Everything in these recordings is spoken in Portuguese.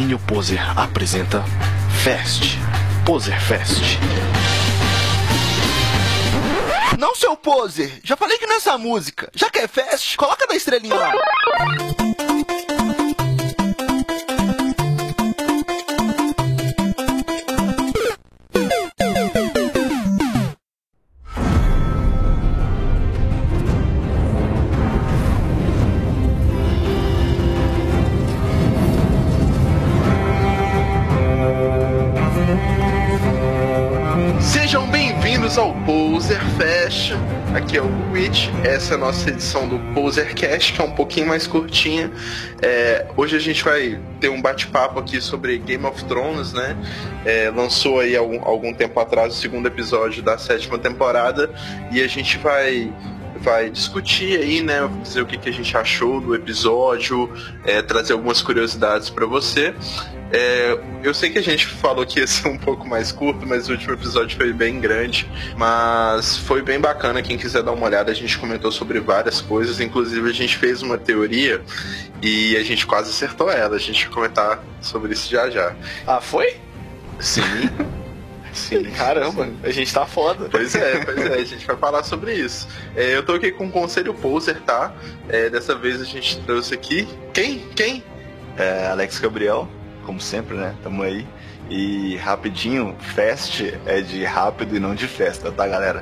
Domínio Poser apresenta Fest, Poser Fest. Não, seu Poser, já falei que nessa música, já que é Fest, coloca da estrelinha lá. Sejam bem-vindos ao Poser Fest. Aqui é o Witch, essa é a nossa edição do Posercast, que é um pouquinho mais curtinha. Hoje a gente vai ter um bate-papo aqui sobre Game of Thrones, né? Lançou aí algum tempo atrás o segundo episódio da 7ª temporada e a gente vai discutir aí, né, dizer o que a gente achou do episódio, trazer algumas curiosidades para você. Eu sei que a gente falou que ia ser um pouco mais curto, mas o último episódio foi bem grande, mas foi bem bacana. Quem quiser dar uma olhada, a gente comentou sobre várias coisas, inclusive a gente fez uma teoria e a gente quase acertou ela. A gente vai comentar sobre isso já. Ah, foi? Sim. Sim. Caramba, a gente tá foda. Pois é, a gente vai falar sobre isso. Eu tô aqui com o Conselho Poser, tá? Dessa vez a gente trouxe aqui... Quem? Alex Gabriel, como sempre, né? Tamo aí. E rapidinho, Fest é de rápido e não de festa, tá, galera?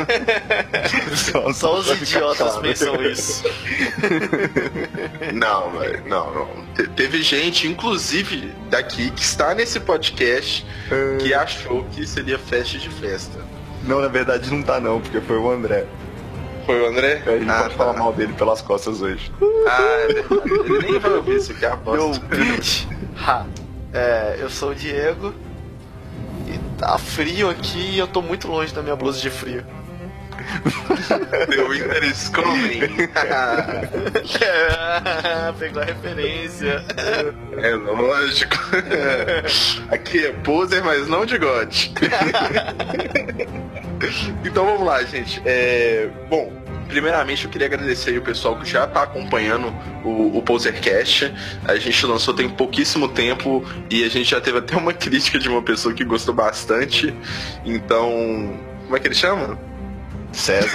Só os idiotas pensam isso. Não. Teve gente, inclusive daqui, que está nesse podcast, que achou que seria Fest de festa. Não, na verdade não tá não, porque foi o André. Foi o André? A gente pode falar mal dele pelas costas hoje. É verdade. Ele nem vai ouvir isso aqui, aposto. Eu sou o Diego e tá frio aqui e eu tô muito longe da minha blusa de frio. The Winter is coming. Pegou a referência. É lógico. Aqui é Poser, mas não de God. Então vamos lá, gente. Bom, primeiramente eu queria agradecer aí o pessoal que já tá acompanhando o Posercast. A gente lançou tem pouquíssimo tempo e a gente já teve até uma crítica de uma pessoa que gostou bastante. Então, como é que ele chama? César.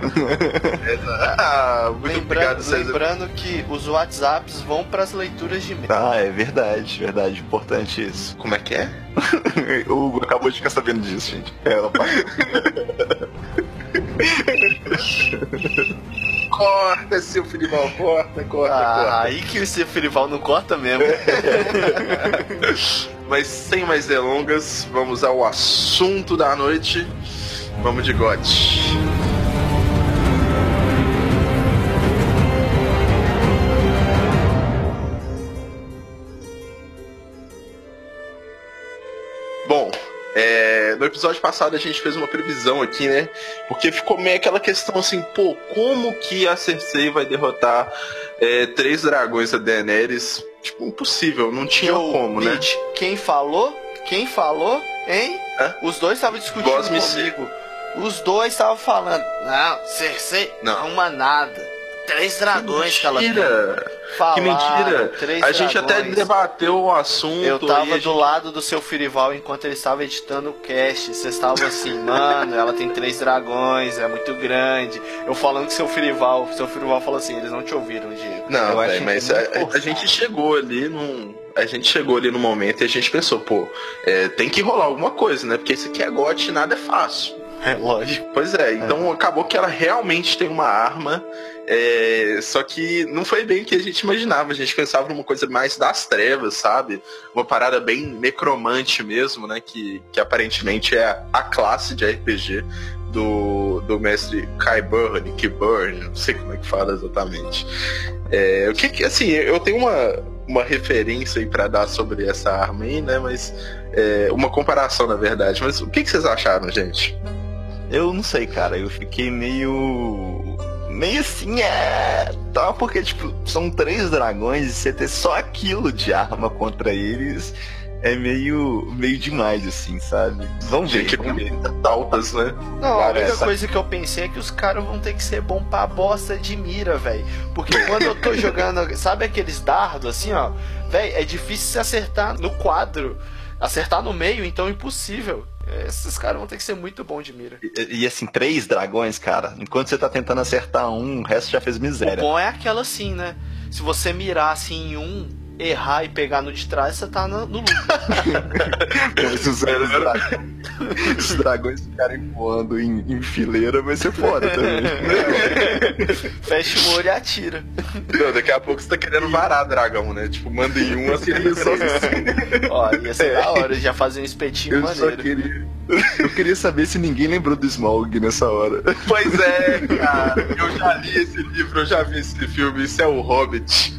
Muito obrigado, César. Lembrando que os WhatsApps vão pras leituras de e-mail. É verdade, importante isso. Como é que é? O Hugo acabou de ficar sabendo disso, gente. Corta, seu Filival, corta. Aí que o seu Filival não corta mesmo. Mas sem mais delongas, vamos ao assunto da noite. Vamos de God. Bom, no episódio passado a gente fez uma previsão aqui, né? Porque ficou meio aquela questão assim, como que a Cersei vai derrotar 3 dragões da Daenerys? Tipo, impossível, não tinha como, né? Quem falou, hein? Os dois estavam discutindo comigo. Os dois estavam falando, não, Cersei não arruma nada. 3 dragões que ela tem. Que mentira. A gente até debateu o assunto. Eu tava do lado do seu Filival enquanto ele estava editando o cast. Vocês estavam assim, mano, ela tem 3 dragões, é muito grande. Eu falando que seu Filival falou assim, eles não te ouviram, Diego. Não, mas a gente chegou ali no momento e a gente pensou, tem que rolar alguma coisa, né? Porque isso aqui é GOT, nada é fácil. É lógico. Pois então acabou que ela realmente tem uma arma, só que não foi bem o que a gente imaginava. A gente pensava numa coisa mais das trevas, sabe? Uma parada bem necromante mesmo, né? Que aparentemente é a classe de RPG do mestre Qyburn, não sei como é que fala exatamente. Assim, eu tenho uma referência aí pra dar sobre essa arma aí, né? Mas uma comparação, na verdade. Mas o que vocês acharam, gente? Eu não sei, cara. Eu fiquei meio assim, tá, porque, tipo, são 3 dragões e você ter só aquilo de arma contra eles é meio demais, assim, sabe? Vamos ver. Gente, com altas, né? Não, a única coisa que eu pensei é que os caras vão ter que ser bom pra bosta de mira, velho. Porque quando eu tô jogando, sabe aqueles dardos assim, ó? Velho, é difícil se acertar no quadro. Acertar no meio, então é impossível. Esses caras vão ter que ser muito bons de mira. E assim, 3 dragões, cara. Enquanto você tá tentando acertar um, o resto já fez miséria. O bom é aquela assim, né? Se você mirar assim em um, errar e pegar no de trás, você tá no lucro. Se os dragões ficarem voando em fileira, vai ser foda também. Fecha o olho e atira. Não, daqui a pouco você tá querendo varar dragão, né? Tipo, manda em um, assim, só assim. Ó, ia ser da hora, já fazer um espetinho maneiro. Eu queria saber se ninguém lembrou do Smaug nessa hora. Pois é, cara. Eu já li esse livro, eu já vi esse filme. Isso é o Hobbit.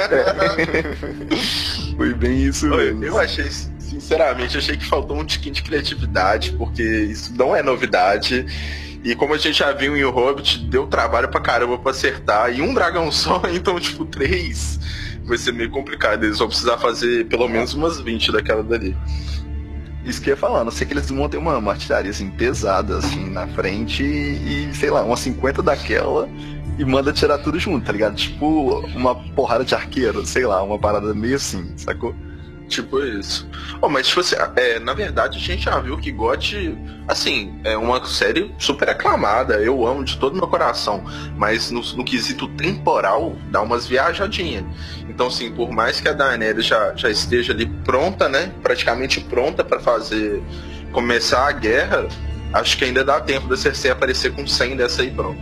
Foi bem isso mesmo. Eu achei, sinceramente, achei que faltou um tiquinho de criatividade, porque isso não é novidade. E como a gente já viu em O Hobbit, deu trabalho pra caramba pra acertar. E um dragão só, então, tipo, 3 vai ser meio complicado. Eles vão precisar fazer pelo menos umas 20 daquela dali. Isso que eu ia falar, a não ser que eles montem uma artilharia assim, pesada assim, na frente e, sei lá, umas 50 daquela e manda tirar tudo junto, tá ligado? Tipo uma porrada de arqueiro, sei lá, uma parada meio assim, sacou? Tipo isso. Oh, mas tipo assim, na verdade a gente já viu que GOT, assim, é uma série super aclamada, eu amo de todo meu coração, mas no quesito temporal dá umas viajadinhas. Então assim, por mais que a Daenerys já esteja ali pronta, né, praticamente pronta pra começar a guerra, acho que ainda dá tempo da Cersei aparecer com 100 dessa aí pronta.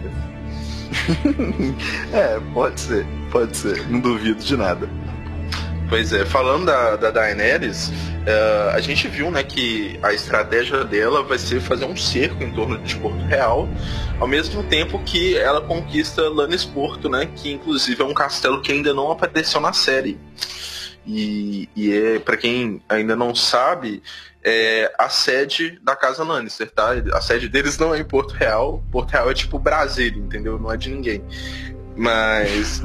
Pode ser, não duvido de nada. Pois é, falando da Daenerys, a gente viu, né, que a estratégia dela vai ser fazer um cerco em torno de Porto Real, ao mesmo tempo que ela conquista Lannisporto, né, que inclusive é um castelo que ainda não apareceu na série. E para quem ainda não sabe, é a sede da Casa Lannister, tá? A sede deles não é em Porto Real. Porto Real é tipo Brasília, entendeu? Não é de ninguém. Mas...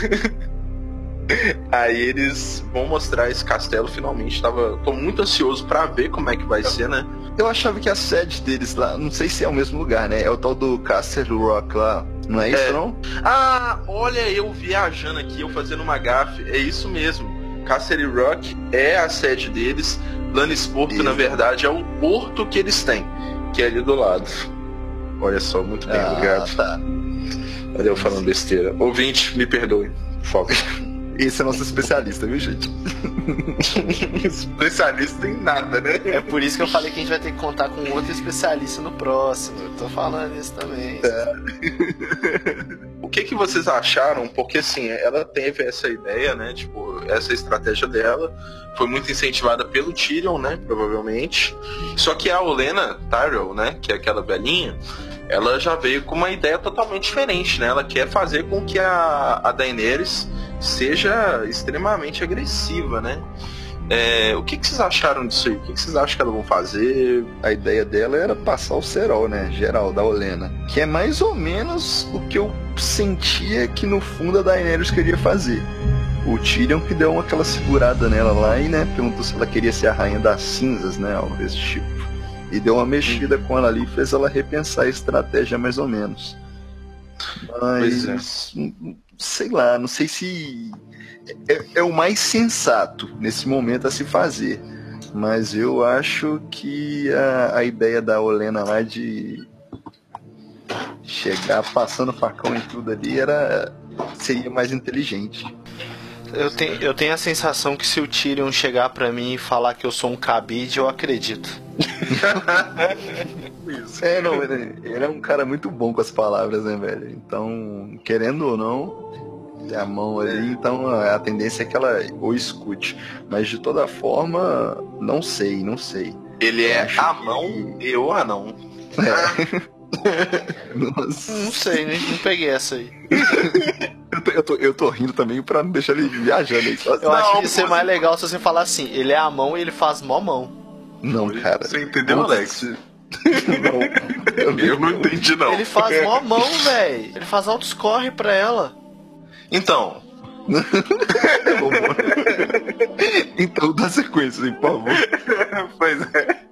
Aí eles vão mostrar esse castelo finalmente. Tô muito ansioso pra ver como é que vai ser, né? Eu achava que a sede deles lá, não sei se é o mesmo lugar, né? É o tal do Castle Rock lá, não é isso, não? Ah, olha, eu viajando aqui, eu fazendo uma gafe. É isso mesmo. Castle Rock é a sede deles. Lannisporto, na verdade, é o porto que eles têm, que é ali do lado. Olha só, muito bem, obrigado. Tá. Olha eu falando besteira. Ouvinte, me perdoe, por favor. Esse é nosso especialista, viu, gente? Especialista em nada, né? É por isso que eu falei que a gente vai ter que contar com outro especialista no próximo. Eu tô falando isso também. O que vocês acharam? Porque assim, ela teve essa ideia, né? Tipo, essa estratégia dela foi muito incentivada pelo Tyrion, né? Provavelmente. Só que a Olenna Tyrell, né? Que é aquela velhinha, ela já veio com uma ideia totalmente diferente, né? Ela quer fazer com que a Daenerys seja extremamente agressiva, né? O que vocês acharam disso aí? O que vocês acham que elas vão fazer? A ideia dela era passar o cerol, né? Geral, da Olenna. Que é mais ou menos o que eu sentia que no fundo a Daenerys queria fazer. O Tyrion que deu aquela segurada nela lá e, né, perguntou se ela queria ser a rainha das cinzas, né? Algo desse tipo. E deu uma mexida com ela ali e fez ela repensar a estratégia mais ou menos. Mas, sei lá, não sei se é o mais sensato nesse momento a se fazer. Mas eu acho que a ideia da Olenna lá de chegar passando facão em tudo ali seria mais inteligente. Eu tenho a sensação que se o Tyrion chegar pra mim e falar que eu sou um cabide, eu acredito. Não, ele é um cara muito bom com as palavras, né, velho? Então, querendo ou não, tem a mão ali, então a tendência é que ela ou escute. Mas de toda forma, não sei. Ele é a mão e o anão. Nossa. Não sei, não peguei essa aí. Eu tô rindo também pra não deixar ele viajando aí sozinho. Eu acho que ia ser mais legal se você falar assim, ele é a mão e ele faz mó mão. Não, cara. Você entendeu, Alex? Não, eu não entendi, não. Ele faz mó mão, velho. Ele faz altos corre pra ela. Então. Então dá sequência, hein, por favor. Pois é.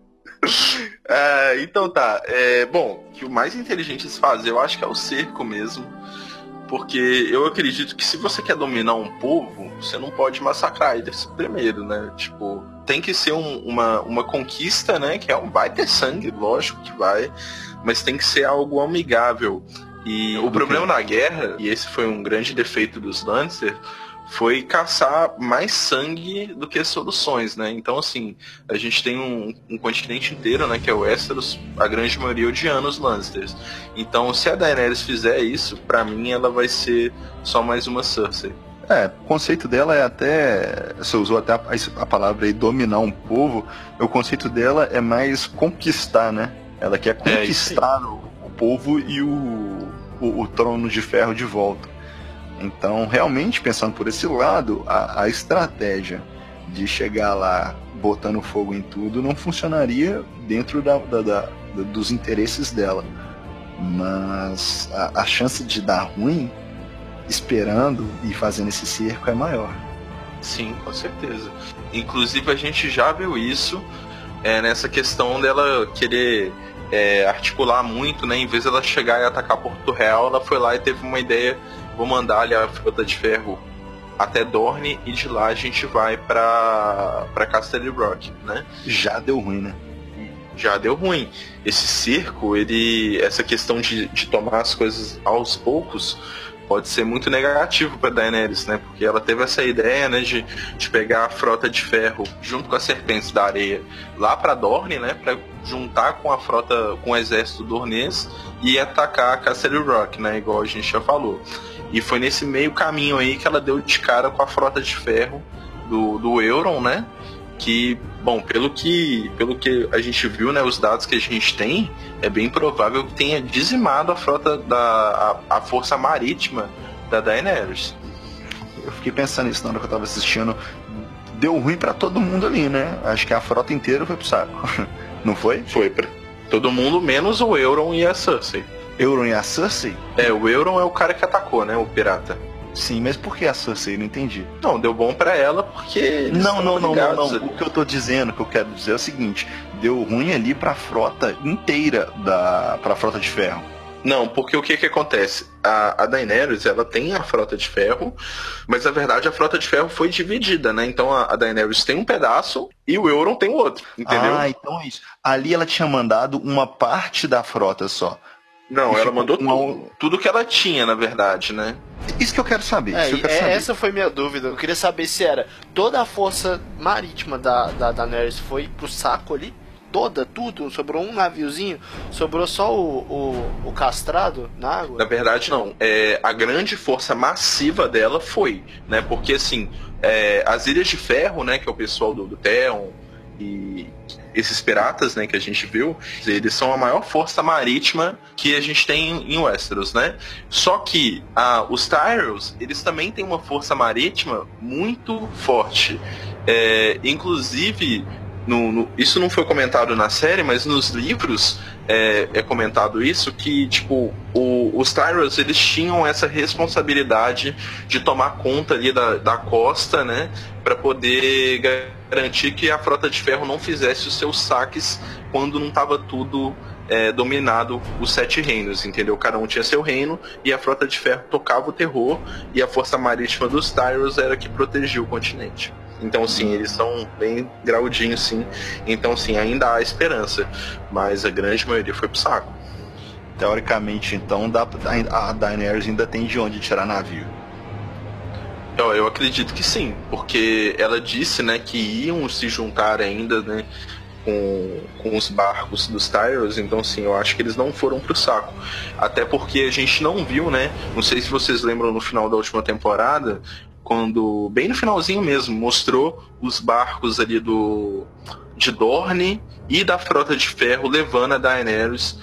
Então tá. Bom, que o mais inteligente de se fazer, eu acho que é o cerco mesmo. Porque eu acredito que se você quer dominar um povo, você não pode massacrar eles primeiro, né? Tipo, tem que ser uma conquista, né? Que vai ter sangue, lógico que vai. Mas tem que ser algo amigável. E o problema na guerra, e esse foi um grande defeito dos Lannister, foi caçar mais sangue do que soluções, né? Então, assim, a gente tem um continente inteiro, né? Que é o Westeros, a grande maioria odiando os Lannisters. Então, se a Daenerys fizer isso, pra mim ela vai ser só mais uma Cersei. O conceito dela é até... Você usou até a palavra aí, dominar um povo. O conceito dela é mais conquistar, né? Ela quer conquistar o povo e o trono de ferro de volta. Então, realmente, pensando por esse lado, a estratégia de chegar lá botando fogo em tudo não funcionaria dentro dos interesses dela. Mas a chance de dar ruim, esperando e fazendo esse cerco, é maior. Sim, com certeza. Inclusive, a gente já viu isso nessa questão dela querer articular muito, né? Em vez de ela chegar e atacar Porto Real, ela foi lá e teve uma ideia: vou mandar ali a frota de ferro até Dorne e de lá a gente vai pra Casterly Rock, né? Já deu ruim, né? Já deu ruim. Esse cerco, essa questão de tomar as coisas aos poucos, pode ser muito negativo para Daenerys, né? Porque ela teve essa ideia, né, de pegar a frota de ferro junto com as serpentes da areia lá para Dorne, né, para juntar com a frota, com o exército dornês e atacar a Casterly Rock, né, igual a gente já falou. E foi nesse meio caminho aí que ela deu de cara com a frota de ferro do Euron, né? Que, bom, pelo que a gente viu, né, os dados que a gente tem, é bem provável que tenha dizimado a frota a força marítima da Daenerys. Eu fiquei pensando nisso na hora que eu tava assistindo. Deu ruim pra todo mundo ali, né? Acho que a frota inteira foi pro saco. Não foi? Foi pra todo mundo, menos o Euron e a Cersei. Euron e a Cersei? O Euron é o cara que atacou, né, o pirata. Sim, mas por que a Cersei? Não entendi. Não, deu bom pra ela porque... Não. O que eu tô dizendo, o que eu quero dizer é o seguinte: deu ruim ali pra frota inteira, pra frota de ferro. Não, porque o que acontece? A Daenerys, ela tem a frota de ferro, mas na verdade a frota de ferro foi dividida, né? Então a Daenerys tem um pedaço e o Euron tem o outro, entendeu? Ah, então é isso. Ali ela tinha mandado uma parte da frota só. Não, ela mandou tudo que ela tinha, na verdade, né? Isso que eu quero saber. Essa foi minha dúvida. Eu queria saber se era toda a força marítima da Daenerys foi pro saco ali. Tudo. Sobrou um naviozinho. Sobrou só o castrado na água. Na verdade, não. A grande força massiva dela foi, né? Porque, assim, as Ilhas de Ferro, né? Que é o pessoal do Theon e esses piratas, né, que a gente viu, eles são a maior força marítima que a gente tem em Westeros, né? Só que os Tyrells, eles também têm uma força marítima muito forte. Inclusive, isso não foi comentado na série, mas nos livros é comentado isso, que tipo, os Tyrells, eles tinham essa responsabilidade de tomar conta ali da costa, né, para poder garantir que a frota de ferro não fizesse os seus saques quando não estava tudo dominado, os 7 reinos, entendeu? Cada um tinha seu reino e a frota de ferro tocava o terror e a força marítima dos Tyrells era que protegia o continente. Então, sim, eles são bem graudinhos, sim. Então, sim, ainda há esperança. Mas a grande maioria foi pro saco. Teoricamente, então, a Daenerys ainda tem de onde tirar navio. Eu acredito que sim. Porque ela disse, né, que iam se juntar ainda, né, com os barcos dos Tyrells. Então, sim, eu acho que eles não foram pro saco. Até porque a gente não viu, né? Não sei se vocês lembram no final da última temporada, quando, bem no finalzinho mesmo, mostrou os barcos ali de Dorne e da frota de ferro levando a Daenerys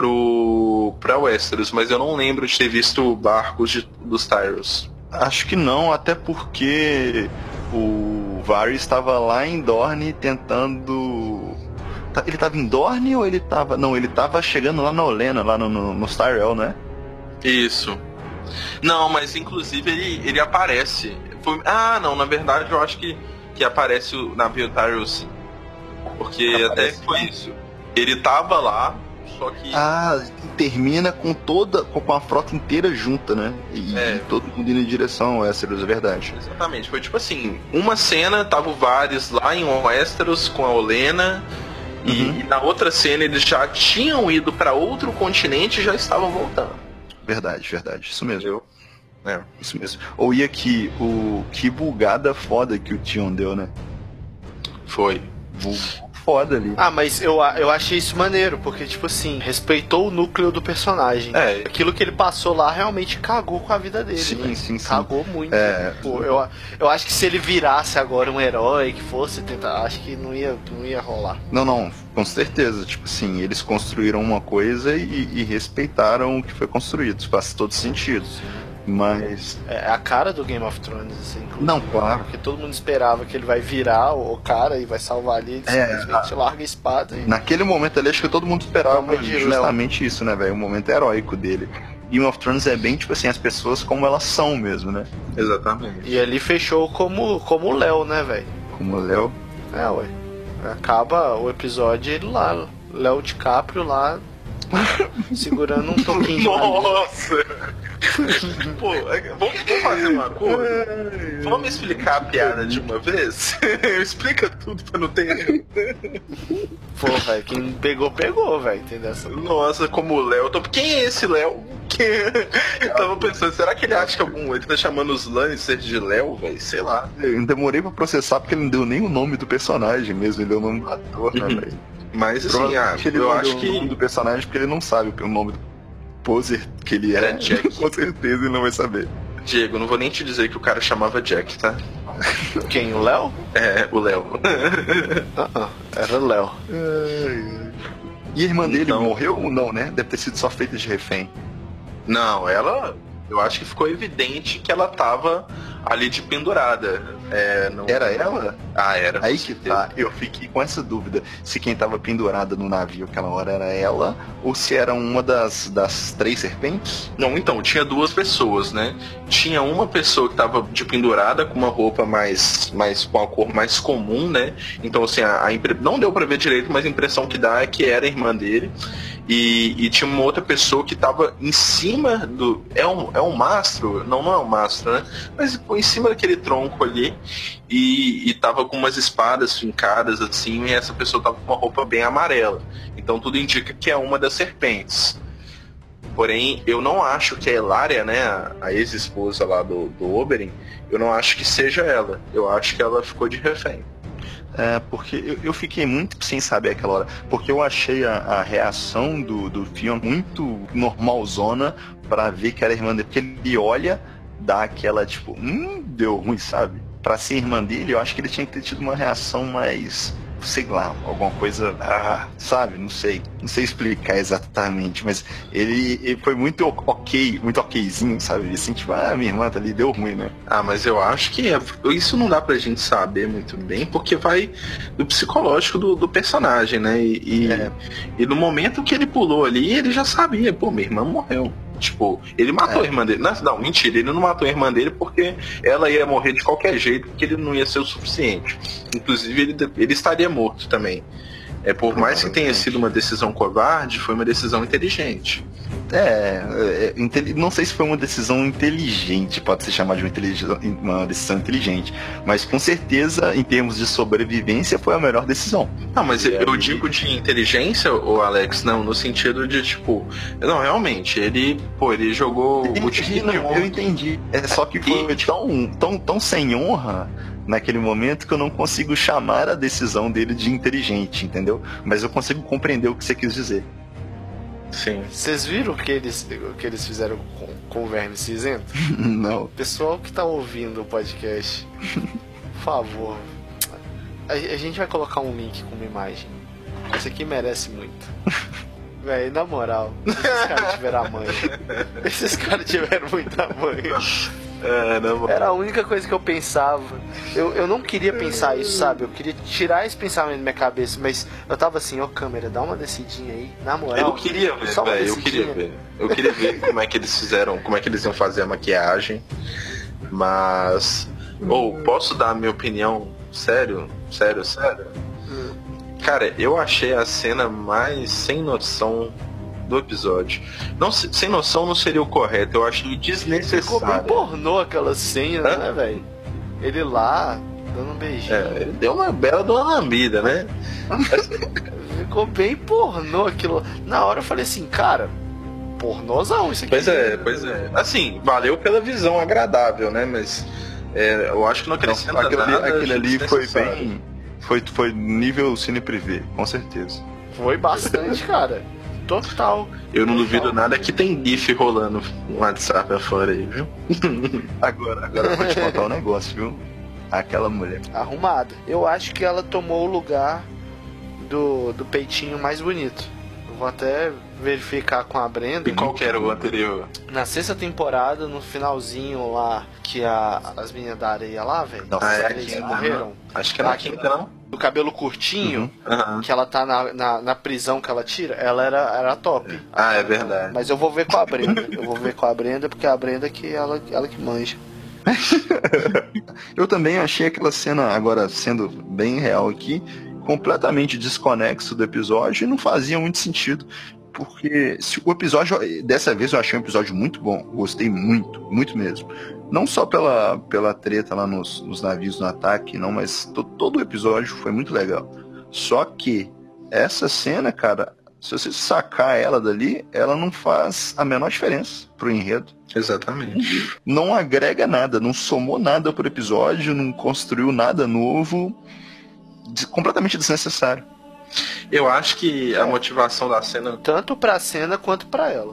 pra Westeros, mas eu não lembro de ter visto barcos dos Tyrells. Acho que não, até porque o Varys estava lá em Dorne tentando... Ele estava em Dorne ou ele estava... Não, ele estava chegando lá na Olenna, lá nos Tyrell, né? Isso. Não, mas inclusive ele aparece. Não, na verdade eu acho que aparece o navio Tyrell sim. Porque Aparece, até foi isso. Ele tava lá, só que. Termina com a frota inteira junta, né? E todo mundo indo em direção ao Westeros, é verdade. Exatamente, foi tipo assim, uma cena, tava o Varys lá em Westeros com a Olenna. E na outra cena eles já tinham ido pra outro continente e já estavam voltando. Verdade, isso mesmo. É. Isso mesmo. Ou que bugada foda que o Tion deu, né? Foi. Foda ali. Mas eu achei isso maneiro, porque, tipo assim, respeitou o núcleo do personagem. Aquilo que ele passou lá realmente cagou com a vida dele. Sim. Cagou muito. Pô, eu acho que se ele virasse agora um herói, que fosse tentar, acho que não ia rolar. Não, com certeza. Tipo assim, eles construíram uma coisa e respeitaram o que foi construído. Isso faz todo sentido. Mas... É a cara do Game of Thrones, assim, inclusive. Não, claro. Porque todo mundo esperava que ele vai virar o cara e vai salvar ali, ele simplesmente larga a espada. Naquele momento ali, acho que todo mundo esperava justamente isso, né, velho? O momento heróico dele. Game of Thrones é bem, tipo assim, as pessoas como elas são mesmo, né? Exatamente. E ali fechou como o Léo, né, velho? Como o Léo. Ué. Acaba o episódio ele lá, Léo DiCaprio lá, segurando um toquinho de Nossa! Pô, vamos fazer uma coisa? Vamos explicar a piada de uma vez? Explica tudo pra não ter. Pô, velho, quem pegou, velho, entendeu? Nossa, como o Léo. Quem é esse Léo? Eu tava pensando, será que ele acha que ele tá chamando os Lannisters de Léo, velho? Sei lá. Eu demorei pra processar porque ele não deu nem o nome do personagem mesmo, ele deu o nome do ator, né, velho? Mas assim, eu acho que o nome do personagem porque ele não sabe o nome do poser que ele era Jack. Com certeza ele não vai saber. Diego, não vou nem te dizer que o cara chamava Jack, tá? Quem? O Léo? É, o Léo. Era o Léo. E a irmã dele morreu ou não, né? Deve ter sido só feita de refém. Não, eu acho que ficou evidente que ela tava ali de pendurada. Era ela? Era. Aí que tá, eu fiquei com essa dúvida, se quem tava pendurada no navio aquela hora era ela, ou se era uma das 3 serpentes? Não, então, tinha 2 pessoas, né? Tinha uma pessoa que tava de pendurada com uma roupa mais com a cor mais comum, né? Então, assim, não deu pra ver direito, mas a impressão que dá é que era a irmã dele. E tinha uma outra pessoa que tava em cima do... É um mastro? Não é um mastro, né? Mas em cima daquele tronco ali. E tava com umas espadas fincadas assim. E essa pessoa tava com uma roupa bem amarela. Então tudo indica que é uma das serpentes. Porém, eu não acho que a Ellaria, né? A ex-esposa lá do Oberyn, eu não acho que seja ela. Eu acho que ela ficou de refém. Porque eu fiquei muito sem saber aquela hora, porque eu achei a reação do Theon muito normalzona pra ver que era irmã dele, porque ele olha, dá aquela tipo, deu ruim, sabe? Pra ser irmã dele, eu acho que ele tinha que ter tido uma reação mais, sei lá, alguma coisa, sabe? Não sei explicar exatamente, mas ele foi muito okzinho, sabe? Assim, tipo, minha irmã tá ali, deu ruim, né? Mas eu acho que isso não dá pra gente saber muito bem, porque vai do psicológico do personagem, né? E no momento que ele pulou ali, ele já sabia, minha irmã morreu. Tipo, ele matou a irmã dele. Não, mentira, ele não matou a irmã dele porque ela ia morrer de qualquer jeito, porque ele não ia ser o suficiente. Inclusive, ele estaria morto também. Por mais que tenha sido uma decisão covarde, foi uma decisão inteligente. Não sei se foi uma decisão inteligente, pode ser chamada de uma decisão inteligente, mas com certeza, em termos de sobrevivência, foi a melhor decisão. Não, mas eu digo de inteligência, o Alex, não, no sentido de, tipo, não, realmente, ele jogou o time. Eu entendi. Só que foi tão sem honra naquele momento que eu não consigo chamar a decisão dele de inteligente, entendeu? Mas eu consigo compreender o que você quis dizer. Sim. Vocês viram o que eles fizeram com o Verme Cinzento? Não. Pessoal que tá ouvindo o podcast, por favor, a gente vai colocar um link com uma imagem. Esse aqui merece muito. Véi, na moral, esses caras tiveram a manha. Esses caras tiveram muita manha. Era a única coisa que eu pensava. Eu não queria pensar isso, sabe? Eu queria tirar esse pensamento da minha cabeça, mas eu tava assim, câmera, dá uma descidinha aí, na moral. Eu queria ver, velho, eu queria ver como é que eles fizeram, como é que eles iam fazer a maquiagem. Mas... posso dar a minha opinião? Sério? Cara, eu achei a cena mais sem noção do episódio. Não, sem noção não seria o correto, eu achei desnecessário. Ficou bem pornô aquela cena, né, velho? Ele lá, dando um beijinho. Ele deu uma bela de uma lambida, né? Ficou bem pornô aquilo. Na hora eu falei assim, cara, pornozão isso aqui. Pois é. Assim, valeu pela visão agradável, né? Mas eu acho que não acrescenta nada. Aquele ali foi bem... Foi nível Cine Privé, com certeza. Foi bastante, cara. Total. Eu não duvido nada que tem GIF rolando no WhatsApp afora aí, viu? Agora eu vou te contar um negócio, viu? Aquela mulher arrumada. Eu acho que ela tomou o lugar do peitinho mais bonito. Eu vou até verificar com a Brenda. E qual que era o anterior? Na 6ª temporada, no finalzinho lá, que as meninas da areia lá, velho. Eles morreram. Acho que era a quinta, não? Do cabelo curtinho, que ela tá na prisão que ela tira, ela era top. É verdade. Mas eu vou ver com a Brenda. Porque é a Brenda que ela que manja. Eu também achei aquela cena, agora sendo bem real aqui, completamente desconexo do episódio e não fazia muito sentido. Porque o episódio, dessa vez eu achei um episódio muito bom, gostei muito, muito mesmo. Não só pela treta lá nos navios no ataque, não, mas todo o episódio foi muito legal. Só que essa cena, cara, se você sacar ela dali, ela não faz a menor diferença pro enredo. Exatamente. Não agrega nada, não somou nada pro episódio, não construiu nada novo, completamente desnecessário. Eu acho que a motivação da cena... Tanto pra cena quanto pra ela.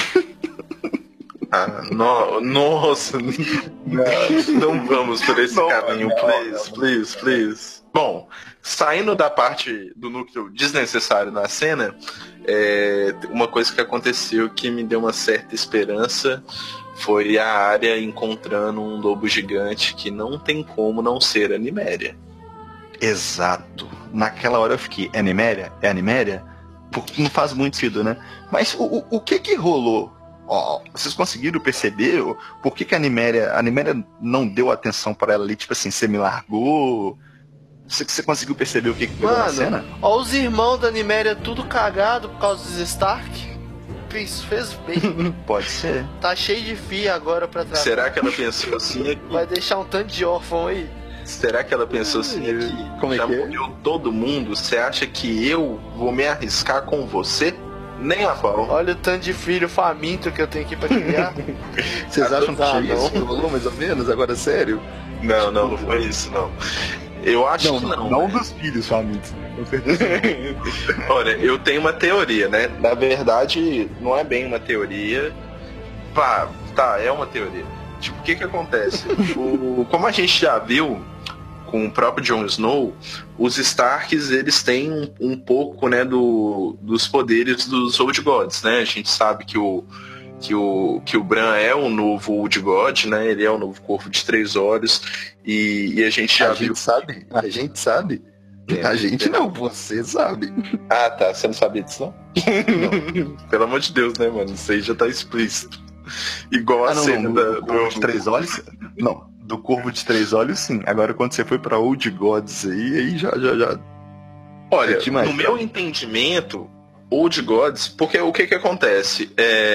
Nossa. Não vamos por esse caminho, please. Bom, saindo da parte do núcleo desnecessário na cena, uma coisa que aconteceu que me deu uma certa esperança foi a Arya encontrando um lobo gigante que não tem como não ser a Niméria. Exato. Naquela hora eu fiquei, é Niméria? Porque não faz muito sentido, né? Mas o que rolou? Vocês conseguiram perceber por que a Niméria não deu atenção para ela ali? Tipo assim, você me largou? Você conseguiu perceber o que pegou na cena? Ó, os irmãos da Niméria tudo cagado por causa dos Stark. Fez bem. Pode ser. Tá cheio de fia agora pra trás. Será que ela pensou assim? Vai deixar um tanto de órfão aí? Será que ela pensou assim aqui? Como já é que morreu todo mundo? Você acha que eu vou me arriscar com você? Nem a pau. Olha o tanto de filho faminto que eu tenho aqui pra criar. Vocês acham que isso rolou mais ou menos? Agora, sério? Não foi isso, não. Eu acho que não. Não dos filhos famintos. Olha, eu tenho uma teoria, né? Na verdade, não é bem uma teoria. É uma teoria. Tipo, o que acontece? Como a gente já viu com o próprio Jon Snow, os Starks, eles têm um pouco, né, dos poderes dos Old Gods, né? A gente sabe que o Bran é o novo Old God, né? Ele é o novo Corvo de 3 Olhos. E a gente já viu... A gente sabe? A gente não, você sabe. Ah, tá. Você não sabia disso, não? Não. Pelo amor de Deus, né, mano? Isso aí já tá explícito. Igual a cena do Corvo de 3 Olhos? Não. Do Corvo de 3 Olhos, sim. Agora, quando você foi pra Old Gods aí já... Olha, no meu entendimento, Old Gods... Porque o que acontece?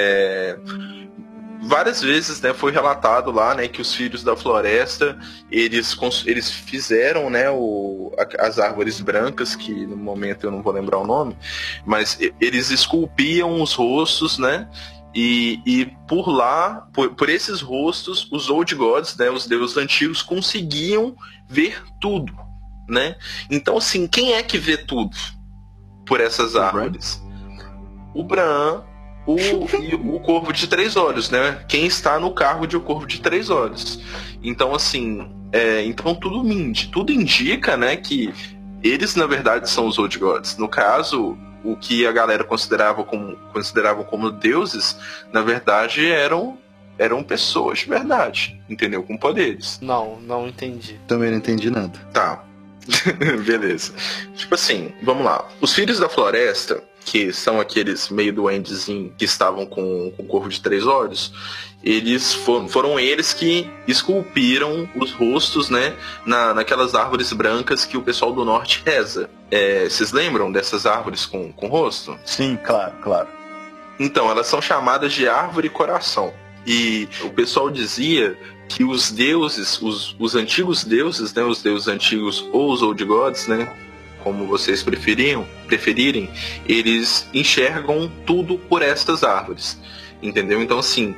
Várias vezes, né, foi relatado lá, né, que os Filhos da Floresta, eles fizeram, né, as árvores brancas, que no momento eu não vou lembrar o nome, mas eles esculpiam os rostos, né, e por lá, por esses rostos, os Old Gods, né, os deuses antigos, conseguiam ver tudo, né? Então, assim, quem é que vê tudo por essas árvores? O Bran, e o Corvo de 3 Olhos, né? Quem está no cargo de o Corvo de 3 Olhos. Então, assim, então tudo indica, né, que eles, na verdade, são os Old Gods. No caso, o que a galera considerava como deuses, na verdade, eram eram pessoas de verdade, entendeu? Com poderes. Não entendi. Também não entendi nada. Tá. Beleza. Tipo assim, vamos lá. Os Filhos da Floresta, que são aqueles meio duendezinhos que estavam com o corvo de 3 olhos, eles foram eles que esculpiram os rostos, né, naquelas árvores brancas que o pessoal do norte reza. Vocês lembram dessas árvores com rosto? Sim, claro. Então, elas são chamadas de árvore coração. E o pessoal dizia que os deuses, os antigos deuses, né, os deuses antigos ou os Old Gods, né, como vocês preferirem, eles enxergam tudo por estas árvores, entendeu? Então, assim,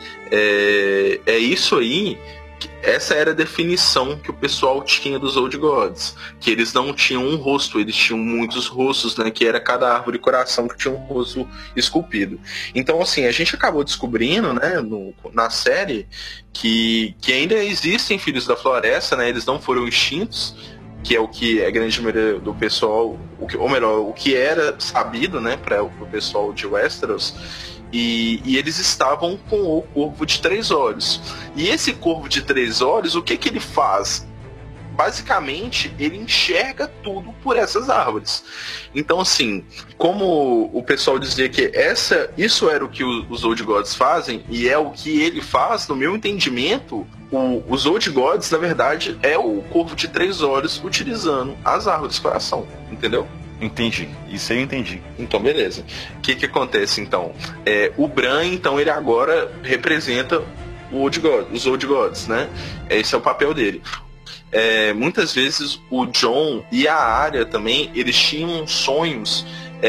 é isso aí. Essa era a definição que o pessoal tinha dos Old Gods, que eles não tinham um rosto, eles tinham muitos rostos, né, que era cada árvore e coração que tinha um rosto esculpido. Então, assim, a gente acabou descobrindo, né, na série, que ainda existem Filhos da Floresta, né, eles não foram extintos, que é o que a grande maioria do pessoal, o que era sabido, né, para o pessoal de Westeros. E eles estavam com o corvo de 3 olhos. E esse corvo de 3 olhos, o que ele faz? Basicamente, ele enxerga tudo por essas árvores. Então, assim, como o pessoal dizia que isso era o que os Old Gods fazem, e é o que ele faz, no meu entendimento, os Old Gods, na verdade, é o corvo de 3 olhos utilizando as árvores coração, entendeu? Entendi. Isso aí eu entendi. Então, beleza. O que acontece, então? O Bran, então, ele agora representa os Old Gods, né? Esse é o papel dele. Muitas vezes o Jon e a Arya também, eles tinham sonhos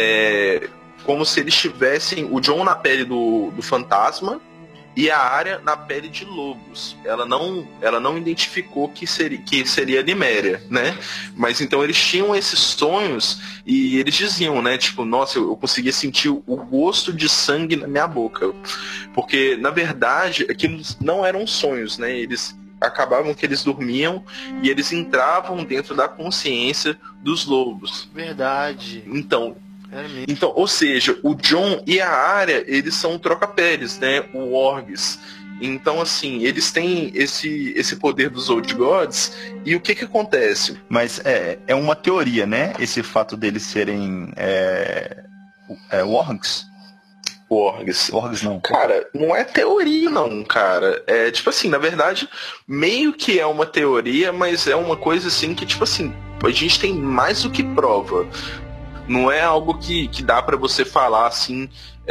como se eles tivessem o Jon na pele do fantasma e a Arya na pele de lobos. Ela não identificou que seria Nymeria, né? Mas então eles tinham esses sonhos e eles diziam, né? Tipo, nossa, eu conseguia sentir o gosto de sangue na minha boca. Porque, na verdade, aquilo não eram sonhos, né? Eles acabavam que eles dormiam e eles entravam dentro da consciência dos lobos. Verdade. Então, ou seja, o Jon e a Arya, eles são troca-peles, né? O Orgs. Então, assim, eles têm esse poder dos Old Gods. E o que acontece? Mas é uma teoria, né? Esse fato deles serem Orgs. Orgs não. Cara, não é teoria não, cara. Tipo assim, na verdade, meio que é uma teoria, mas é uma coisa assim que, tipo assim, a gente tem mais do que prova. Não é algo que dá pra você falar assim,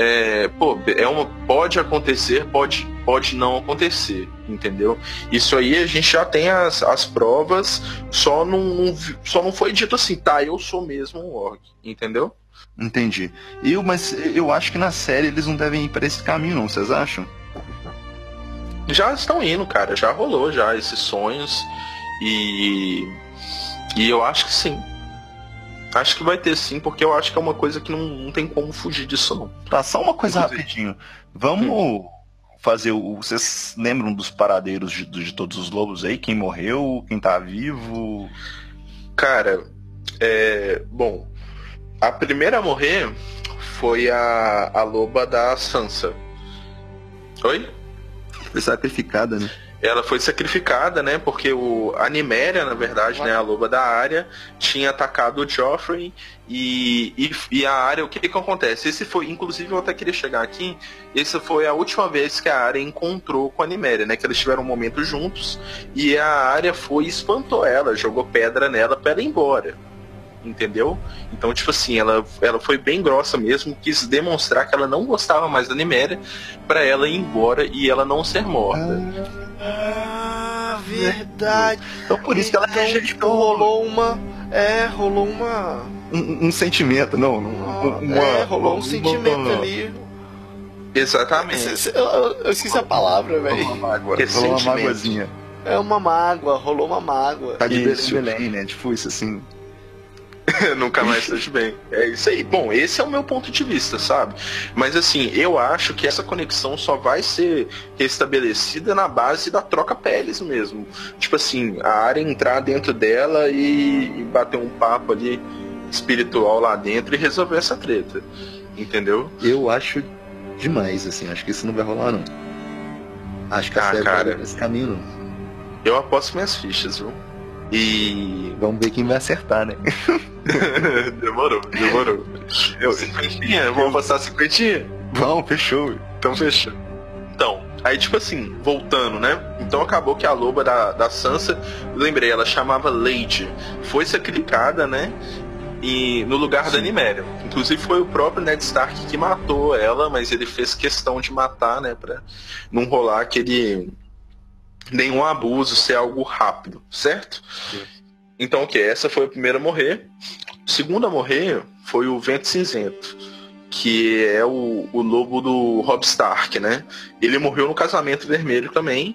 pode acontecer, pode não acontecer, entendeu? Isso aí a gente já tem as provas, só não foi dito assim, tá, eu sou mesmo um orc, entendeu? Entendi. Mas eu acho que na série eles não devem ir pra esse caminho não, vocês acham? Já estão indo, cara, já rolou já esses sonhos e eu acho que sim. Acho que vai ter sim, porque eu acho que é uma coisa que não tem como fugir disso não. Tá, só uma coisa rapidinho. Vamos fazer vocês lembram dos paradeiros de todos os lobos aí? Quem morreu, quem tá vivo? Cara, bom, a primeira a morrer foi a loba da Sansa. Oi? Foi sacrificada, né? Ela foi sacrificada, né? Porque a Nymeria, na verdade, né? A loba da Arya, tinha atacado o Joffrey e a Arya, o que acontece? Inclusive, eu até queria chegar aqui, essa foi a última vez que a Arya encontrou com a Nymeria, né? Que eles tiveram um momento juntos e a Arya foi e espantou ela, jogou pedra nela pra ela ir embora. Entendeu? Então, tipo assim, ela foi bem grossa mesmo, quis demonstrar que ela não gostava mais da Nymeria pra ela ir embora e ela não ser morta. Verdade. Então por isso que ela rejeitou. Rolou uma um sentimento, rolou um sentimento ali. Exatamente. Eu esqueci a palavra, velho. Rolou uma mágoazinha. Rolou uma mágoa. Tá de Belém, né? Tipo isso assim. Nunca mais esteja bem. É isso aí. Bom, esse é o meu ponto de vista, sabe? Mas assim, eu acho que essa conexão só vai ser restabelecida na base da troca-peles mesmo. Tipo assim, a área entrar dentro dela e bater um papo ali espiritual lá dentro e resolver essa treta. Entendeu? Eu acho demais, assim. Acho que isso não vai rolar, não. Acho que a série vai nesse caminho, não. Eu aposto minhas fichas, viu? E... vamos ver quem vai acertar, né? Demorou. Cinquentinha? Vamos passar 50? Vamos, fechou. Então fechou. Então, aí tipo assim, voltando, né? Então acabou que a loba da Sansa, lembrei, ela chamava Lady. Foi sacrificada, né? E no lugar da Nymeria. Inclusive foi o próprio Ned Stark que matou ela, mas ele fez questão de matar, né? Pra não rolar aquele... nenhum abuso, ser algo rápido, certo? Sim. Então, essa foi a primeira a morrer. A segunda a morrer foi o Vento Cinzento, que é o lobo do Robb Stark, né? Ele morreu no Casamento Vermelho também.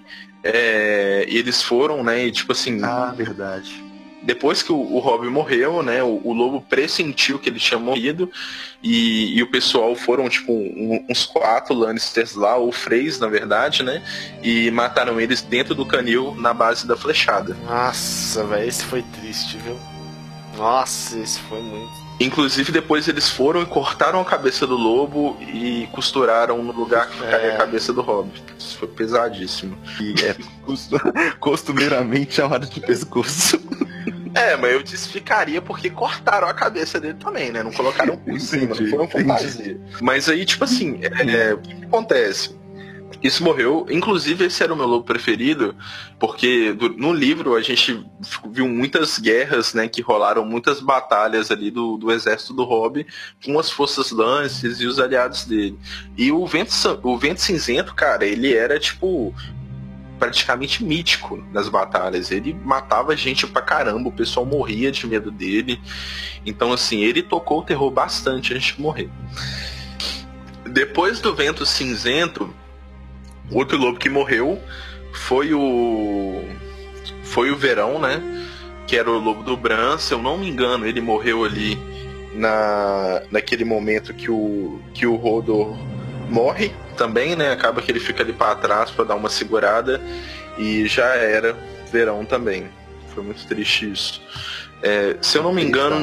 E eles foram, né? E, tipo assim... ah, verdade. Depois que o Robb morreu, né? O lobo pressentiu que ele tinha morrido. E o pessoal foram, tipo, uns 4 Lannisters lá, ou Freys, na verdade, né? E mataram eles dentro do canil, na base da flechada. Nossa, velho, esse foi triste, viu? Nossa, esse foi muito... Inclusive, depois eles foram e cortaram a cabeça do lobo e costuraram no lugar que caiu a cabeça do Robb. Isso foi pesadíssimo. E costumeiramente chamado de pescoço. Mas eu desficaria porque cortaram a cabeça dele também, né? Não colocaram por cima, não foi uma fantasia. Mas aí, tipo assim, o que acontece? Isso morreu, inclusive esse era o meu lobo preferido, porque no livro a gente viu muitas guerras, né, que rolaram muitas batalhas ali do exército do Robb com as forças Lannisters e os aliados dele. E o Vento Cinzento, cara, ele era tipo praticamente mítico nas batalhas. Ele matava gente pra caramba, o pessoal morria de medo dele. Então assim, ele tocou o terror bastante antes de morrer. Depois do Vento Cinzento, outro lobo que morreu foi o Verão, né? Que era o lobo do Bran. Se eu não me engano, ele morreu ali naquele momento que o Hodor morre também, né? Acaba que ele fica ali para trás para dar uma segurada. E já era Verão também. Foi muito triste isso. Se eu não me engano,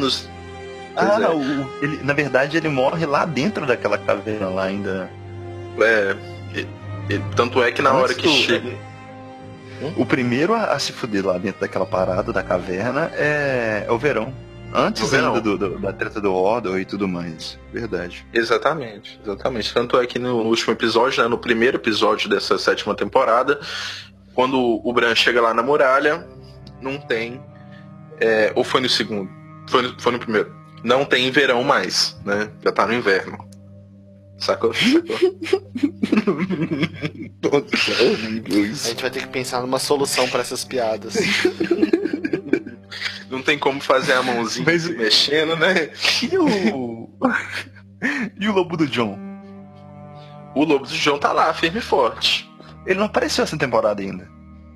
na verdade ele morre lá dentro daquela caverna lá ainda. Tanto é que na hora que chega... O primeiro a se fuder lá dentro daquela parada da caverna é o Verão. Antes ainda da treta do Hodor e tudo mais. Verdade. Exatamente. Tanto é que no último episódio, né, no primeiro episódio dessa 7ª temporada, quando o Bran chega lá na muralha, não tem... ou foi no segundo? Foi no primeiro. Não tem verão mais, né? Já tá no inverno. Sacou? A gente vai ter que pensar numa solução pra essas piadas. Não tem como fazer a mãozinha mexendo, né? E o lobo do Jon? O lobo do Jon tá lá, firme e forte. Ele não apareceu essa temporada ainda.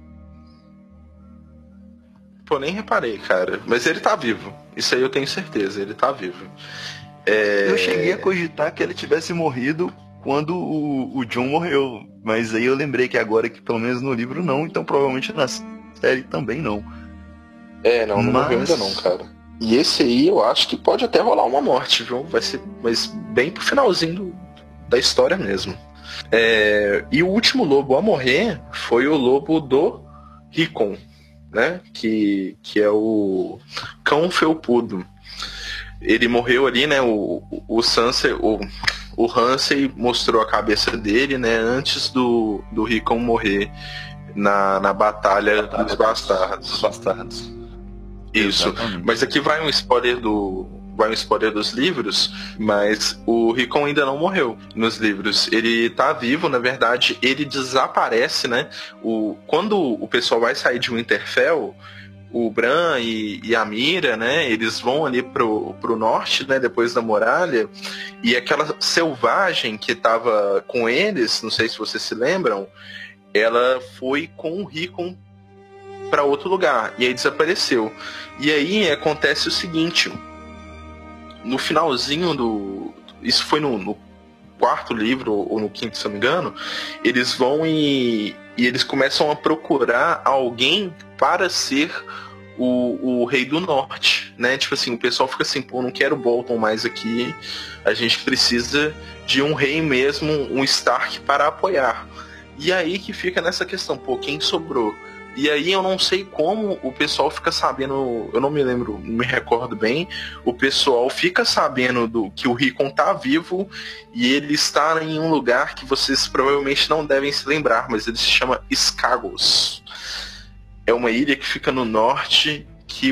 Pô, nem reparei, cara. Mas ele tá vivo. Isso aí eu tenho certeza, ele tá vivo. Eu cheguei a cogitar que ele tivesse morrido quando o Jon morreu. Mas aí eu lembrei que agora, que pelo menos no livro não, então provavelmente na série também não. Não morreu ainda não, cara. E esse aí eu acho que pode até rolar uma morte, viu? Vai ser, mas bem pro finalzinho da história mesmo. E o último lobo a morrer foi o lobo do Rickon, né? Que é o Cão Felpudo. Ele morreu ali, né? O Sansa, o Ramsay mostrou a cabeça dele, né? Antes do Rickon morrer na batalha dos bastardos. Isso. Exatamente. Mas aqui vai um spoiler dos livros, mas o Rickon ainda não morreu nos livros. Ele tá vivo, na verdade, ele desaparece, né? Quando o pessoal vai sair de Winterfell, o Bran e a Mira, né, eles vão ali pro norte, né, depois da muralha, e aquela selvagem que tava com eles, não sei se vocês se lembram, ela foi com o Rickon para outro lugar, e aí desapareceu. E aí acontece o seguinte, no finalzinho isso foi no 4º livro, ou no 5º, se eu não me engano, eles vão e eles começam a procurar alguém para ser o Rei do Norte, né? Tipo assim, o pessoal fica assim, pô, não quero Bolton mais aqui, a gente precisa de um rei mesmo, um Stark para apoiar. E aí que fica nessa questão, pô, quem sobrou? E aí eu não sei como o pessoal fica sabendo, eu não me lembro, não me recordo bem, o pessoal fica sabendo que o Rickon tá vivo e ele está em um lugar que vocês provavelmente não devem se lembrar, mas ele se chama Skagos. É uma ilha que fica no norte, que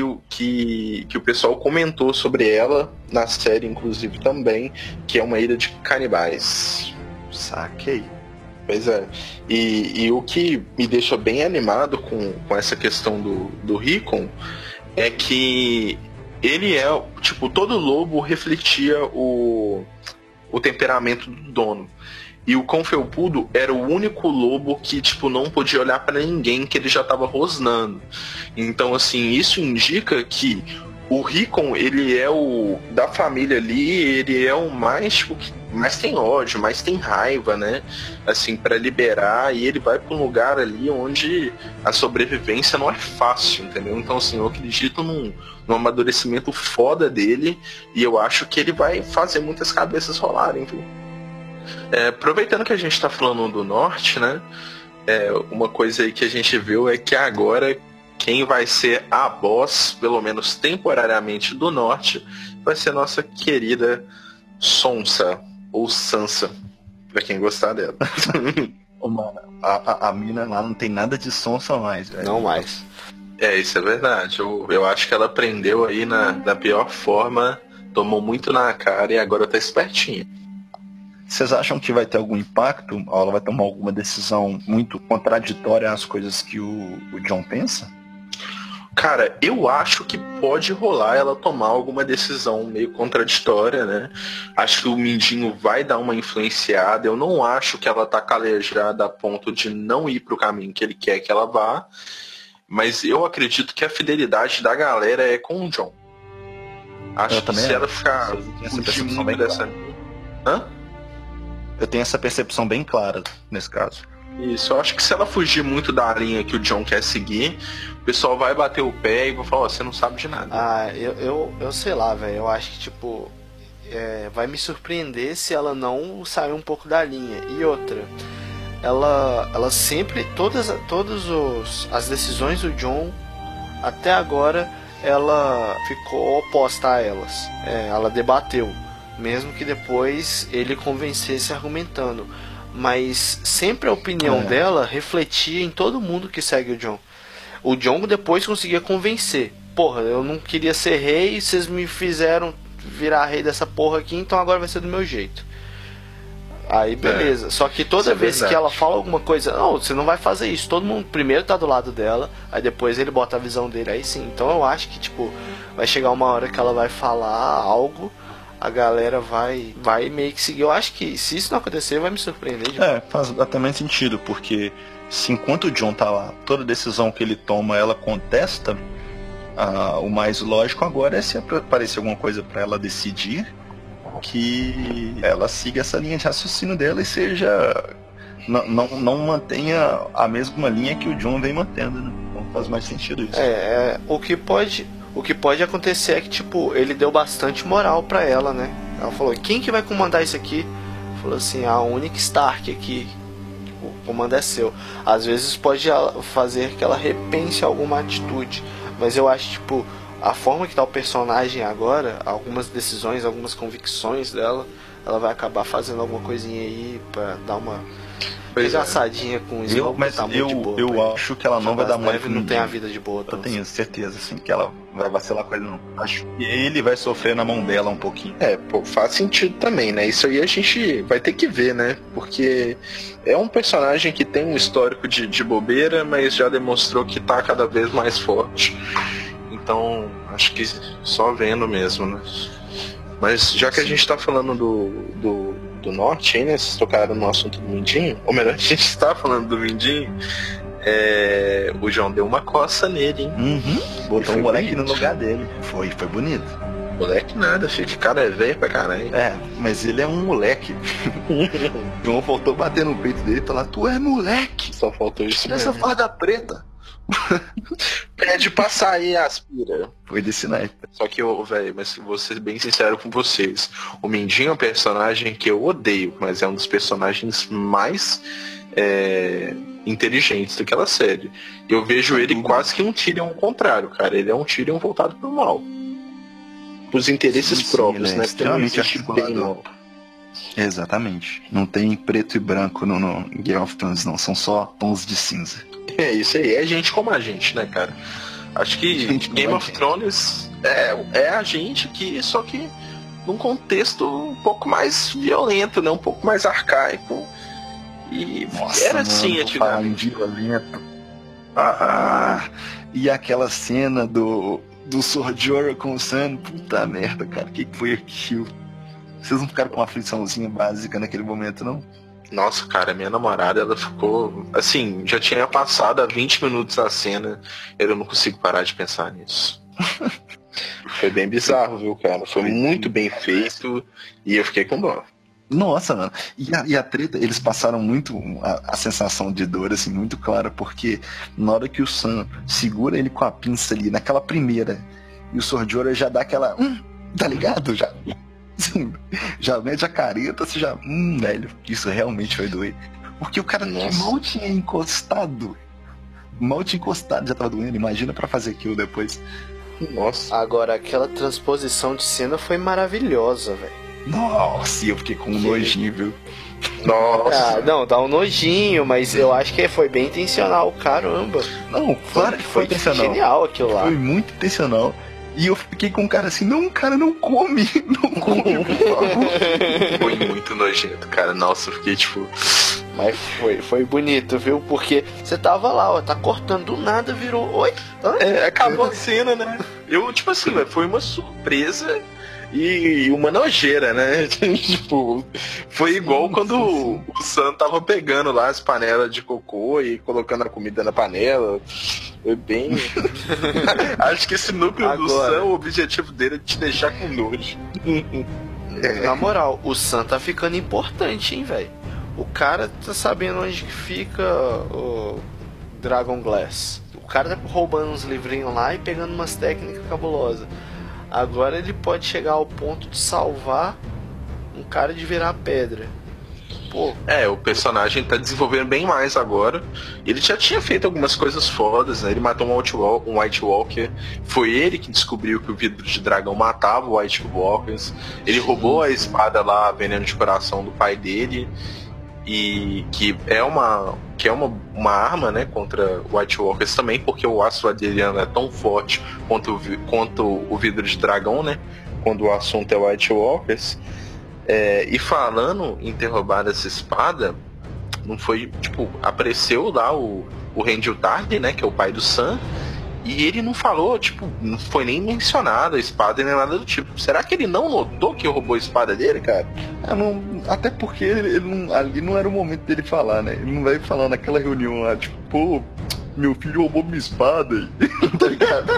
o pessoal comentou sobre ela, na série inclusive também, que é uma ilha de canibais. Saquei. Pois é. E o que me deixa bem animado com essa questão do Rickon é que ele é, tipo, todo lobo refletia o temperamento do dono. E o cão felpudo era o único lobo que, tipo, não podia olhar pra ninguém, que ele já tava rosnando. Então, assim, isso indica que o Rickon, ele é o da família ali, ele é o mais, tipo, que mais tem ódio, mais tem raiva, né? Assim, pra liberar, e ele vai pra um lugar ali onde a sobrevivência não é fácil, entendeu? Então, assim, eu acredito num amadurecimento foda dele, e eu acho que ele vai fazer muitas cabeças rolarem, viu? Aproveitando que a gente tá falando do norte, né? Uma coisa aí que a gente viu é que agora quem vai ser a boss, pelo menos temporariamente, do norte, vai ser nossa querida Sonsa, ou Sansa, pra quem gostar dela. Ô, mano, a mina lá não tem nada de Sonsa mais, velho. Não mais. Isso é verdade. Eu acho que ela aprendeu aí da pior forma, tomou muito na cara e agora tá espertinha. Vocês acham que vai ter algum impacto? Ela vai tomar alguma decisão muito contraditória às coisas que o Jon pensa? Cara, eu acho que pode rolar ela tomar alguma decisão meio contraditória, né? Acho que o Mindinho vai dar uma influenciada. Eu não acho que ela tá calejada a ponto de não ir pro caminho que ele quer que ela vá. Mas eu acredito que a fidelidade da galera é com o Jon. Acho que se ela ficar fugindo muito dessa linha... Hã? Eu tenho essa percepção bem clara nesse caso. Isso, eu acho que se ela fugir muito da linha que o Jon quer seguir, o pessoal vai bater o pé e vai falar, você não sabe de nada. Eu sei lá, velho. Eu acho que, tipo, vai me surpreender se ela não sair um pouco da linha. E outra, ela sempre, todas as decisões do Jon, até agora, ela ficou oposta a elas. Ela debateu, mesmo que depois ele convencesse argumentando. Mas sempre a opinião dela refletia em todo mundo que segue o Jon. O Jon depois conseguia convencer. Porra, eu não queria ser rei, vocês me fizeram virar rei dessa porra aqui, então agora vai ser do meu jeito. Aí beleza. Só que toda vez que ela fala alguma coisa, não, você não vai fazer isso. Todo mundo primeiro tá do lado dela, aí depois ele bota a visão dele, aí sim. Então eu acho que, tipo, vai chegar uma hora que ela vai falar algo, a galera vai meio que seguir. Eu acho que se isso não acontecer, vai me surpreender. Faz também sentido, porque se enquanto o Jon tá lá, toda decisão que ele toma, ela contesta, o mais lógico agora é se aparecer alguma coisa pra ela decidir, que ela siga essa linha de raciocínio dela e seja... Não mantenha a mesma linha que o Jon vem mantendo, né? Então faz mais sentido isso. O que pode acontecer é que, tipo, ele deu bastante moral pra ela, né? Ela falou, quem que vai comandar isso aqui? Falou assim, a única Stark aqui, o comando é seu. Às vezes pode fazer que ela repense alguma atitude, mas eu acho, tipo, a forma que tá o personagem agora, algumas decisões, algumas convicções dela, ela vai acabar fazendo alguma coisinha aí pra dar uma engraçadinha com isso. Eu acho que ela não vai dar mais. Não tem a vida de boa. Eu tenho certeza, assim, que ela vai vacilar com ele, não. Acho que ele vai sofrer na mão dela um pouquinho. Faz sentido também, né? Isso aí a gente vai ter que ver, né? Porque é um personagem que tem um histórico de bobeira, mas já demonstrou que tá cada vez mais forte. Então, acho que só vendo mesmo, né? Mas já que a gente tá falando do norte, né? Vocês tocaram no assunto do Mindinho, ou melhor, a gente está falando do Mindinho, o Jon deu uma coça nele, hein? Botou um moleque bonito no lugar dele. Foi bonito. Moleque nada, filho. Que cara é velho pra caralho. Mas ele é um moleque. O Jon faltou bater no peito dele e falar, tu é moleque. Só faltou isso essa mesmo. farda preta. Pede pra sair, aspira. Foi desse naipe. Só que velho, mas vou ser bem sincero com vocês. O Mindinho é um personagem que eu odeio, mas é um dos personagens mais inteligentes daquela série. Eu vejo ele quase que um Tyrion ao contrário, cara. Ele é um Tyrion voltado pro mal. Os interesses próprios, né? Extremamente articulador. Exatamente. Não tem preto e branco no Game of Thrones, não. São só tons de cinza. É isso aí. É gente como a gente, né, cara? Acho que Game of Thrones é a gente que, só que num contexto um pouco mais violento, né? Um pouco mais arcaico. E nossa, era assim, antigamente. Violento. E aquela cena do Sword Jorah com o Sam, puta merda, cara, o que foi aquilo? Vocês não ficaram com uma afliçãozinha básica naquele momento, não? Nossa, cara, minha namorada, ela ficou, assim, já tinha passado há 20 minutos a cena, eu não consigo parar de pensar nisso. Foi bem bizarro, viu, cara? Foi muito bem feito e eu fiquei com dó. Nossa, mano. E a treta, eles passaram muito a sensação de dor, assim, muito clara, porque na hora que o Sam segura ele com a pinça ali, naquela primeira, e o Sword Jorah já dá aquela, tá ligado? Já mete a careta, você já, velho, isso realmente vai doer. Porque o cara mal tinha encostado, já tava doendo, imagina pra fazer aquilo depois. Nossa. Agora, aquela transposição de cena foi maravilhosa, velho. Nossa, eu fiquei com um nojinho, viu? Nossa. Não, dá um nojinho, mas eu acho que foi bem intencional, caramba. Não, claro que foi intencional. Genial aquilo lá. Foi muito intencional. E eu fiquei com um cara assim, não, cara, não come, por favor. Foi muito nojento, cara. Nossa, eu fiquei tipo... Mas foi bonito, viu? Porque você tava lá, ó, tá cortando do nada, virou... Oi? Acabou a cena, né? Eu, tipo assim, foi uma surpresa... E uma nojeira, né? Tipo, foi igual quando o Sam tava pegando lá as panelas de cocô e colocando a comida na panela. Foi bem... Acho que esse núcleo do Sam, o objetivo dele é te deixar com nojo. Na moral, o Sam tá ficando importante, hein, velho? O cara tá sabendo onde que fica o Dragon Glass. O cara tá roubando uns livrinhos lá e pegando umas técnicas cabulosas. Agora ele pode chegar ao ponto de salvar um cara de virar pedra. Pô. O personagem tá desenvolvendo bem mais agora. Ele já tinha feito algumas coisas fodas, né? Ele matou um White Walker. Foi ele que descobriu que o vidro de dragão matava o White Walkers. Ele roubou a espada lá, veneno de coração do pai dele. E que é uma arma, né, contra White Walkers também, porque o aço aderiano é tão forte quanto o vidro de dragão, né, quando o assunto é White Walkers. E falando em ter roubado essa espada, não foi, tipo, apareceu lá o Randyll Tarly, né, que é o pai do Sam, e ele não falou, tipo, não foi nem mencionado a espada nem nada do tipo. Será que ele não notou que roubou a espada dele, cara? Até porque ali não era o momento dele falar, né? Ele não vai falar naquela reunião lá, tipo, pô, meu filho roubou minha espada. Tá ligado?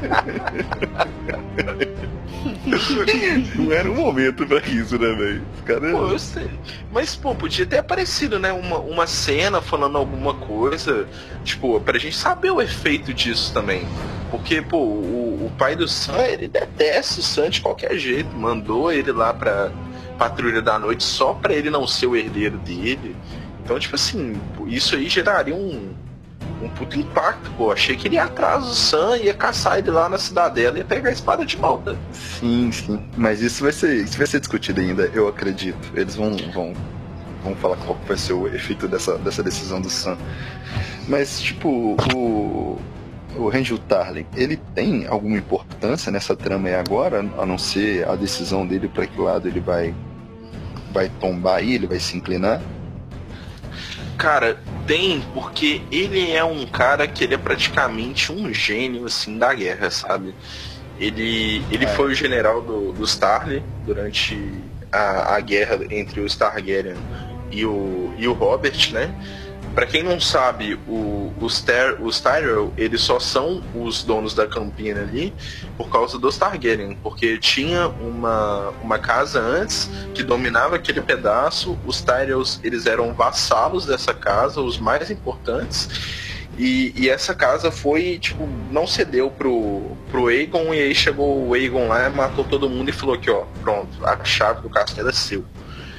Não era o momento pra isso, né, velho? Pô, eu sei. Mas, pô, podia ter aparecido, né, uma cena falando alguma coisa, tipo, pra gente saber o efeito disso também. Porque, pô, o pai do Sam, ele detesta o Sam de qualquer jeito. Mandou ele lá pra Patrulha da Noite só pra ele não ser o herdeiro dele. Então, tipo assim, isso aí geraria um puto impacto, pô. Achei que ele ia atrás do Sam, ia caçar ele lá na cidadela e ia pegar a espada de volta. Sim. Mas isso vai ser discutido ainda, eu acredito. Eles vão falar qual vai ser o efeito dessa decisão do Sam. Mas, tipo, o Randyll Tarly, ele tem alguma importância nessa trama aí agora, a não ser a decisão dele pra que lado ele vai tombar aí, ele vai se inclinar? Cara, tem, porque ele é um cara que ele é praticamente um gênio, assim, da guerra, sabe? Ele foi o general dos Tarly durante a guerra entre os Targaryen e o Robert, né? Pra quem não sabe, os Tyrell, eles só são os donos da Campina ali por causa dos Targaryen, porque tinha uma casa antes que dominava aquele pedaço. Os Tyrells, eles eram vassalos dessa casa, os mais importantes, e essa casa foi, tipo, não cedeu pro Aegon, e aí chegou o Aegon lá, matou todo mundo e falou que, ó, pronto, a chave do castelo é seu.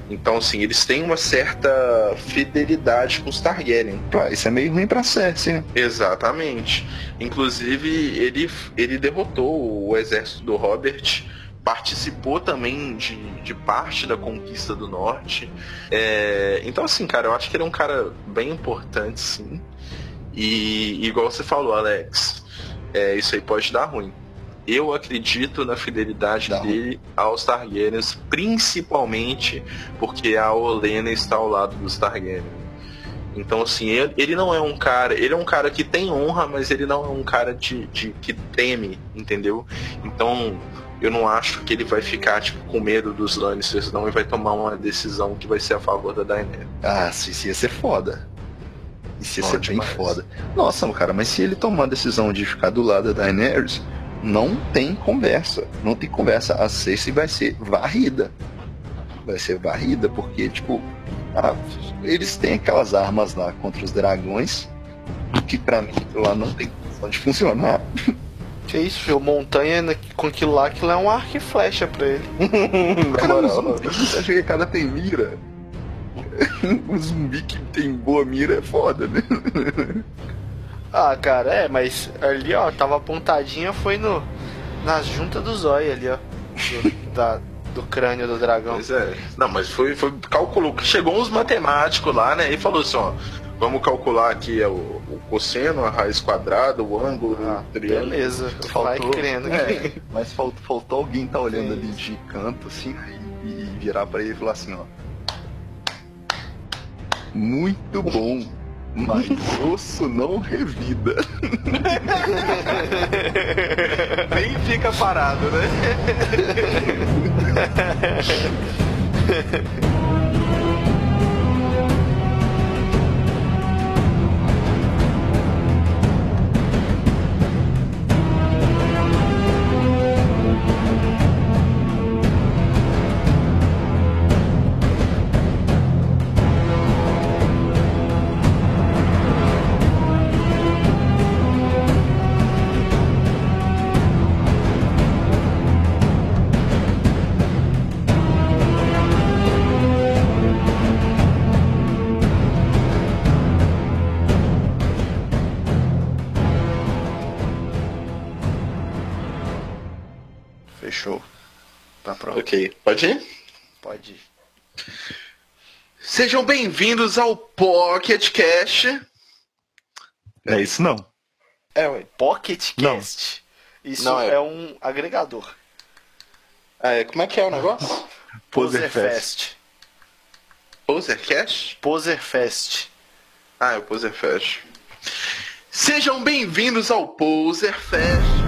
Então, assim, eles têm uma certa fidelidade com os Targaryen. Isso é meio ruim pra Cersei, né? Exatamente. Inclusive, ele derrotou o exército do Robert, participou também de parte da conquista do norte. Então, assim, cara, eu acho que ele é um cara bem importante, sim. E igual você falou, Alex, isso aí pode dar ruim. Eu acredito na fidelidade dele aos Targaryens, principalmente porque a Olenna está ao lado dos Targaryen. Então, assim, ele não é um cara... Ele é um cara que tem honra, mas ele não é um cara que teme, entendeu? Então, eu não acho que ele vai ficar, tipo, com medo dos Lannisters, não, e vai tomar uma decisão que vai ser a favor da Daenerys. Ah, isso ia ser foda. Isso ia ser bem demais. foda. Nossa, cara, mas se ele tomar a decisão de ficar do lado da Daenerys, não tem conversa. Não tem conversa. A Cersei vai ser varrida. Vai ser varrida porque, tipo, eles têm aquelas armas lá contra os dragões que pra mim lá não tem condição de funcionar. Que isso, filho? Montanha com aquilo lá é um arco e flecha pra ele. Cara, um zumbi, você acha que a cara tem mira? Um zumbi que tem boa mira é foda, né? Ah, cara, mas ali, ó, tava apontadinha, foi nas juntas do zóio ali, ó. Do crânio do dragão. Pois é. Não, mas foi cálculo. Chegou uns matemáticos lá, né? E falou assim, ó. Vamos calcular aqui o cosseno, a raiz quadrada, o ângulo, o triângulo. Beleza, vai crendo. Mas faltou alguém tá olhando ali de canto, assim, e virar pra ele e falar assim, ó. Muito bom, mas osso não revida. Nem fica parado, né? Fechou. Tá pronto. Ok, pode ir? Pode ir. Sejam bem-vindos ao Pocket Cash. É isso não. Ué, Pocket Não. Cast. Isso Não, é um agregador. Como é que é o negócio? Poserfest. Posercast? Poserfest. É o Poserfest. Sejam bem-vindos ao Poserfest.